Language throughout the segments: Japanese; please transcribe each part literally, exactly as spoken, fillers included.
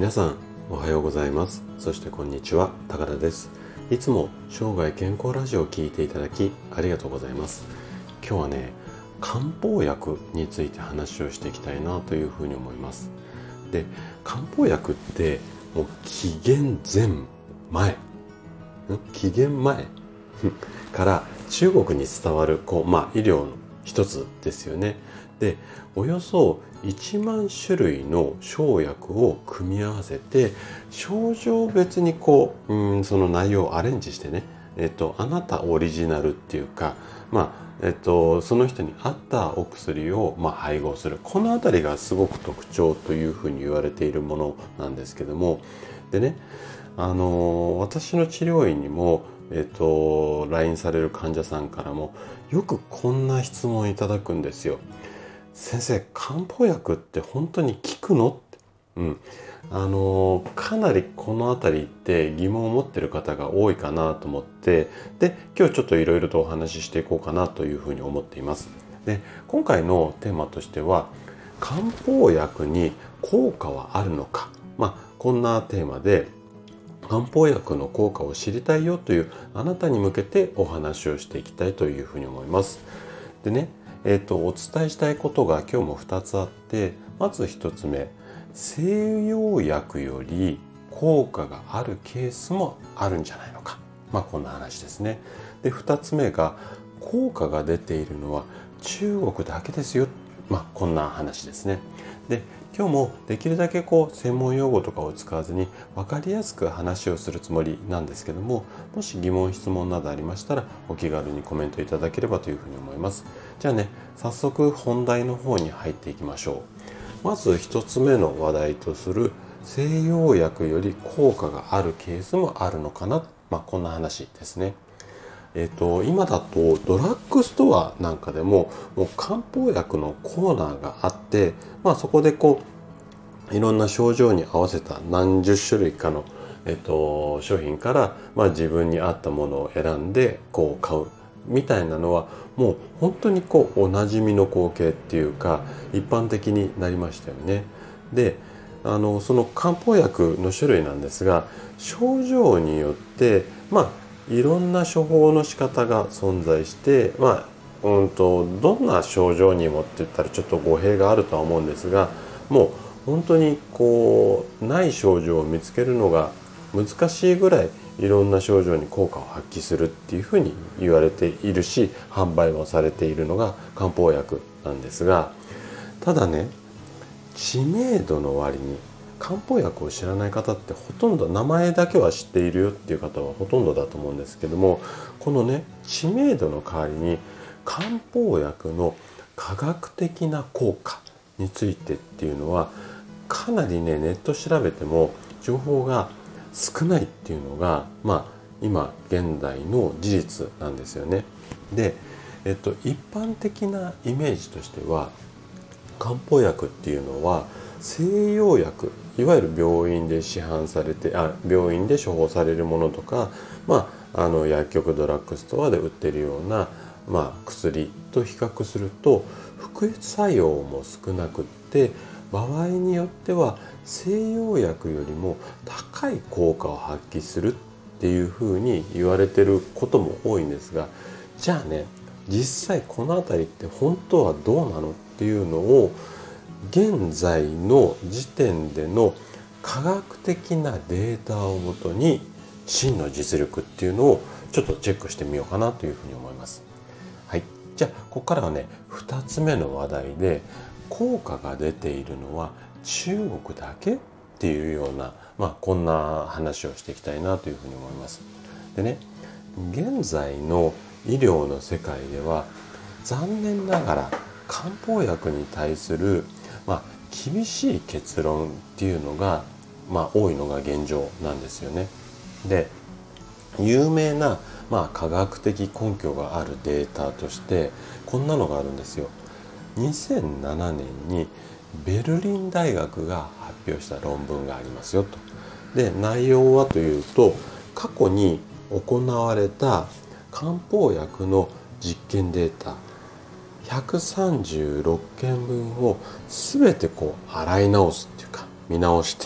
皆さんおはようございます。そしてこんにちは、高田です。いつも生涯健康ラジオを聞いていただきありがとうございます。今日はね、漢方薬について話をしていきたいなというふうに思います。で、漢方薬ってもう紀元前前紀元前から中国に伝わるこう、まあ、医療の一つですよね。で、およそいちまん種類の生薬を組み合わせて症状別にこう、うん、その内容をアレンジしてね、えっと、あなたオリジナルっていうか、まあえっと、その人に合ったお薬を、まあ、配合する、このあたりがすごく特徴というふうに言われているものなんですけども、でね、あの私の治療院にもえっと ライン される患者さんからもよくこんな質問いただくんですよ。先生、漢方薬って本当に効くのって、うん、あのかなりこのあたりって疑問を持っている方が多いかなと思って、で今日ちょっといろいろとお話ししていこうかなというふうに思っています。で、今回のテーマとしては、漢方薬に効果はあるのか、まあこんなテーマで、漢方薬の効果を知りたいよというあなたに向けてお話をしていきたいというふうに思います。でね、えーと、お伝えしたいことが今日もふたつあって、まずひとつめ、西洋薬より効果があるケースもあるんじゃないのか、まあこんな話ですね。で、ふたつめが、効果が出ているのは中国だけですよ、まあこんな話ですね。で、今日もできるだけこう専門用語とかを使わずに分かりやすく話をするつもりなんですけども、もし疑問質問などありましたらお気軽にコメントいただければというふうに思います。じゃあね、早速本題の方に入っていきましょう。まず一つ目の話題とする、西洋薬より効果があるケースもあるのかな、まあこんな話ですね。えっと、今だとドラッグストアなんかでももう漢方薬のコーナーがあって、まあそこでこういろんな症状に合わせた何十種類かの、えっと、商品から、まあ、自分に合ったものを選んでこう買うみたいなのは、もう本当にこうおなじみの光景っていうか一般的になりましたよね。で、あのその漢方薬の種類なんですが、症状によってまあいろんな処方の仕方が存在して、まあ、うんとどんな症状にもって言ったらちょっと語弊があるとは思うんですが、もう本当にこうない症状を見つけるのが難しいぐらいいろんな症状に効果を発揮するっていうふうに言われているし、販売もされているのが漢方薬なんですが、ただね、知名度の割に漢方薬を知らない方ってほとんど、名前だけは知っているよっていう方はほとんどだと思うんですけども、このね、知名度の代わりに漢方薬の科学的な効果についてっていうのはかなりね、ネット調べても情報が少ないっていうのが、まあ今現代の事実なんですよね。で、えっと一般的なイメージとしては、漢方薬っていうのは西洋薬、いわゆる病院で市販されてあ病院で処方されるものとか、まあ、あの薬局ドラッグストアで売ってるような、まあ、薬と比較すると副作用も少なくって、場合によっては西洋薬よりも高い効果を発揮するっていうふうに言われてることも多いんですが、じゃあね、実際このあたりって本当はどうなのっていうのを、現在の時点での科学的なデータをもとに真の実力っていうのをちょっとチェックしてみようかなというふうに思います。はい、じゃあここからはね、ふたつめの話題で、効果が出ているのは中国だけっていうような、まあこんな話をしていきたいなというふうに思います。でね、現在の医療の世界では残念ながら漢方薬に対する、まあ、厳しい結論っていうのが、まあ、多いのが現状なんですよね。で、有名な、まあ、科学的根拠があるデータとしてこんなのがあるんですよ。にせんななねんにベルリン大学が発表した論文がありますよと。で、内容はというと、過去に行われた漢方薬の実験データひゃくさんじゅうろっけんぶんを全てこう洗い直すっていうか見直して、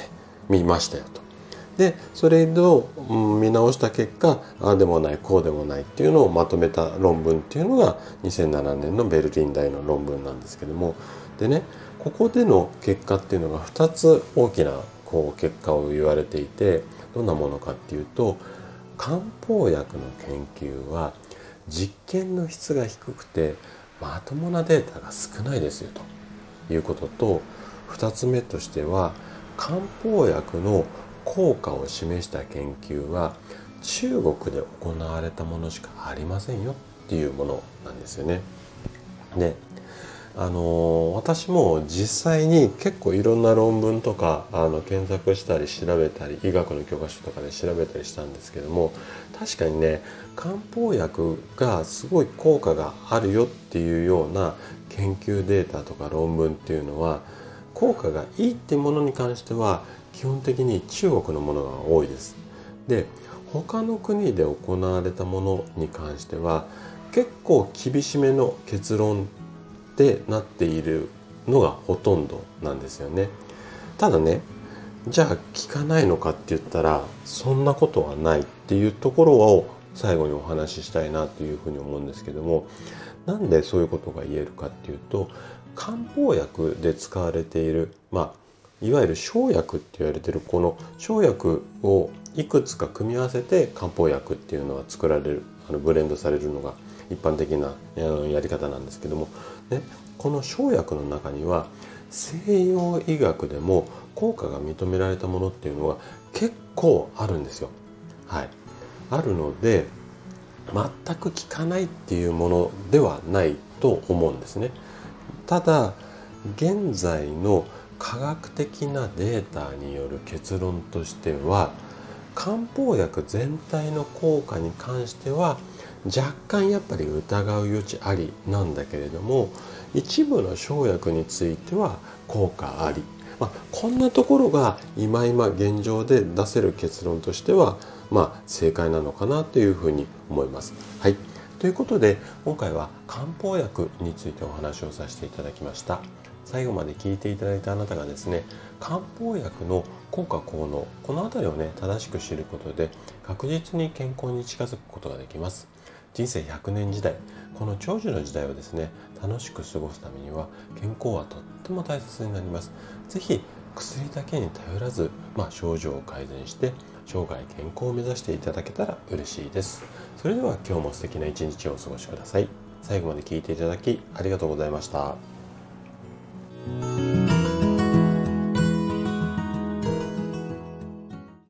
見ましたよと。でそれを、うん、見直した結果、ああでもないこうでもないっていうのをまとめた論文っていうのがにせんななねんのベルリン大の論文なんですけども、でねここでの結果っていうのがふたつ大きなこう結果を言われていて、どんなものかっていうと、漢方薬の研究は実験の質が低くてまともなデータが少ないですよということと、ふたつめとしては漢方薬の効果を示した研究は中国で行われたものしかありませんよっていうものなんですよね。であの私も実際に結構いろんな論文とかあの検索したり調べたり、医学の教科書とかで調べたりしたんですけども、確かにね漢方薬がすごい効果があるよっていうような研究データとか論文っていうのは、効果がいいっていうものに関しては基本的に中国のものが多いです。で他の国で行われたものに関しては結構厳しめの結論ってなっているのがほとんどなんですよね。ただね、じゃあ効かないのかって言ったらそんなことはないっていうところを最後にお話ししたいなというふうに思うんですけども、なんでそういうことが言えるかっていうと、漢方薬で使われている、まあいわゆる生薬って言われているこの生薬をいくつか組み合わせて漢方薬っていうのは作られる、あのブレンドされるのが一般的なやり方なんですけども、ね、この生薬の中には西洋医学でも効果が認められたものっていうのが結構あるんですよ。はい、あるので全く効かないっていうものではないと思うんですね。ただ現在の科学的なデータによる結論としては、漢方薬全体の効果に関しては若干やっぱり疑う余地ありなんだけれども、一部の生薬については効果あり、まあ、こんなところが今今現状で出せる結論としてはまあ正解なのかなというふうに思います。はい、ということで今回は漢方薬についてお話をさせていただきました。最後まで聞いていただいたあなたがですね、漢方薬の効果効能、このあたりをね正しく知ることで確実に健康に近づくことができます。人生ひゃくねん時代、この長寿の時代をですね楽しく過ごすためには健康はとっても大切になります。ぜひ薬だけに頼らず、まあ、症状を改善して生涯健康を目指していただけたら嬉しいです。それでは今日も素敵な一日をお過ごしください。最後まで聞いていただきありがとうございました。